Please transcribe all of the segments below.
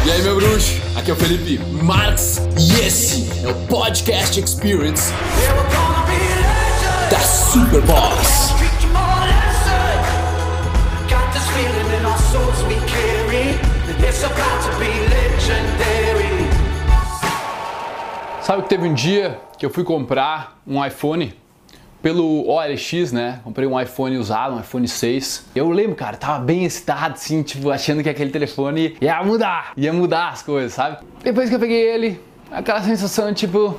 E aí, meu bruxo? Aqui é o Felipe Marques e esse é o Podcast Experience da Superboss. Sabe que teve um dia que eu fui comprar um iPhone pelo OLX, né? Comprei um iPhone usado, um iPhone 6. Eu lembro, cara, tava bem excitado, assim, tipo, achando que aquele telefone ia mudar as coisas, sabe? Depois que eu peguei ele, aquela sensação, tipo...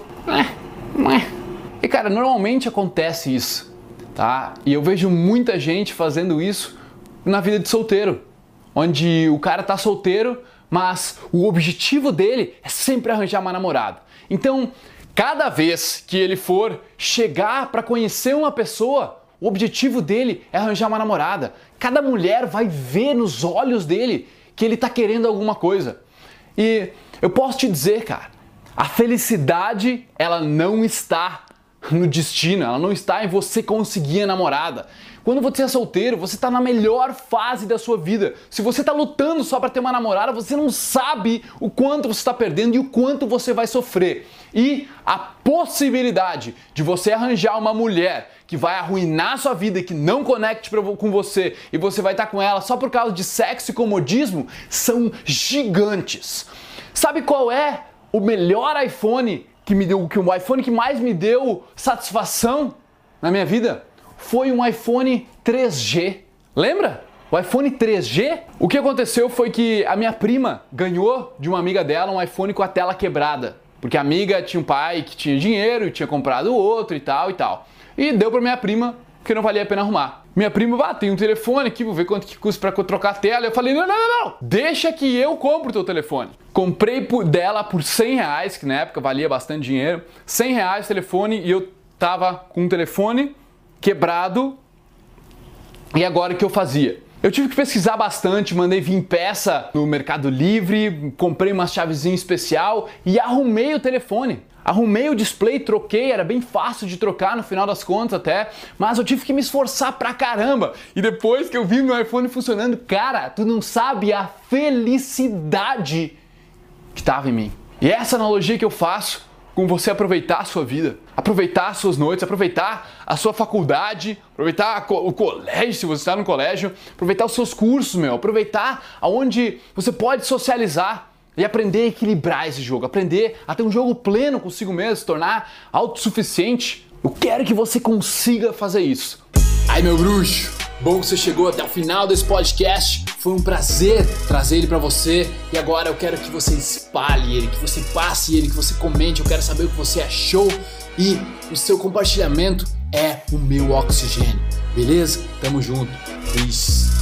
E, cara, normalmente acontece isso, tá? E eu vejo muita gente fazendo isso na vida de solteiro, onde o cara tá solteiro, mas o objetivo dele é sempre arranjar uma namorada. Então, cada vez que ele for chegar para conhecer uma pessoa, o objetivo dele é arranjar uma namorada. Cada mulher vai ver nos olhos dele que ele tá querendo alguma coisa. E eu posso te dizer, cara, a felicidade, ela não está no destino, ela não está em você conseguir a namorada. Quando você é solteiro, você está na melhor fase da sua vida. Se você está lutando só para ter uma namorada, você não sabe o quanto você está perdendo e o quanto você vai sofrer. E a possibilidade de você arranjar uma mulher que vai arruinar sua vida e que não conecte com você e você vai estar com ela só por causa de sexo e comodismo são gigantes. Sabe qual é o melhor iPhone o iPhone que mais me deu satisfação na minha vida? Foi um iPhone 3G. Lembra? O iPhone 3G? O que aconteceu foi que a minha prima ganhou de uma amiga dela um iPhone com a tela quebrada. Porque a amiga tinha um pai que tinha dinheiro e tinha comprado outro e tal. E deu pra minha prima, porque não valia a pena arrumar. Minha prima, tem um telefone aqui, vou ver quanto que custa pra trocar a tela. Eu falei, não, deixa que eu compro o teu telefone. Comprei dela por R$100, que na época valia bastante dinheiro. R$100 o telefone e eu tava com um telefone quebrado. E agora o que eu fazia? Eu tive que pesquisar bastante, mandei vir peça no Mercado Livre, comprei uma chavezinha especial e arrumei o telefone. Arrumei o display, troquei, era bem fácil de trocar no final das contas até, mas eu tive que me esforçar pra caramba. E depois que eu vi meu iPhone funcionando, cara, tu não sabe a felicidade que tava em mim. E é essa analogia que eu faço com você aproveitar a sua vida, aproveitar as suas noites, aproveitar a sua faculdade, aproveitar o colégio, se você está no colégio, aproveitar os seus cursos, aproveitar aonde você pode socializar e aprender a equilibrar esse jogo, aprender a ter um jogo pleno consigo mesmo, se tornar autossuficiente. Eu quero que você consiga fazer isso. Aí, meu bruxo, bom que você chegou até o final desse podcast. Foi um prazer trazer ele pra você. E agora eu quero que você espalhe ele, que você passe ele, que você comente. Eu quero saber o que você achou. E o seu compartilhamento é o meu oxigênio. Beleza? Tamo junto. Peace.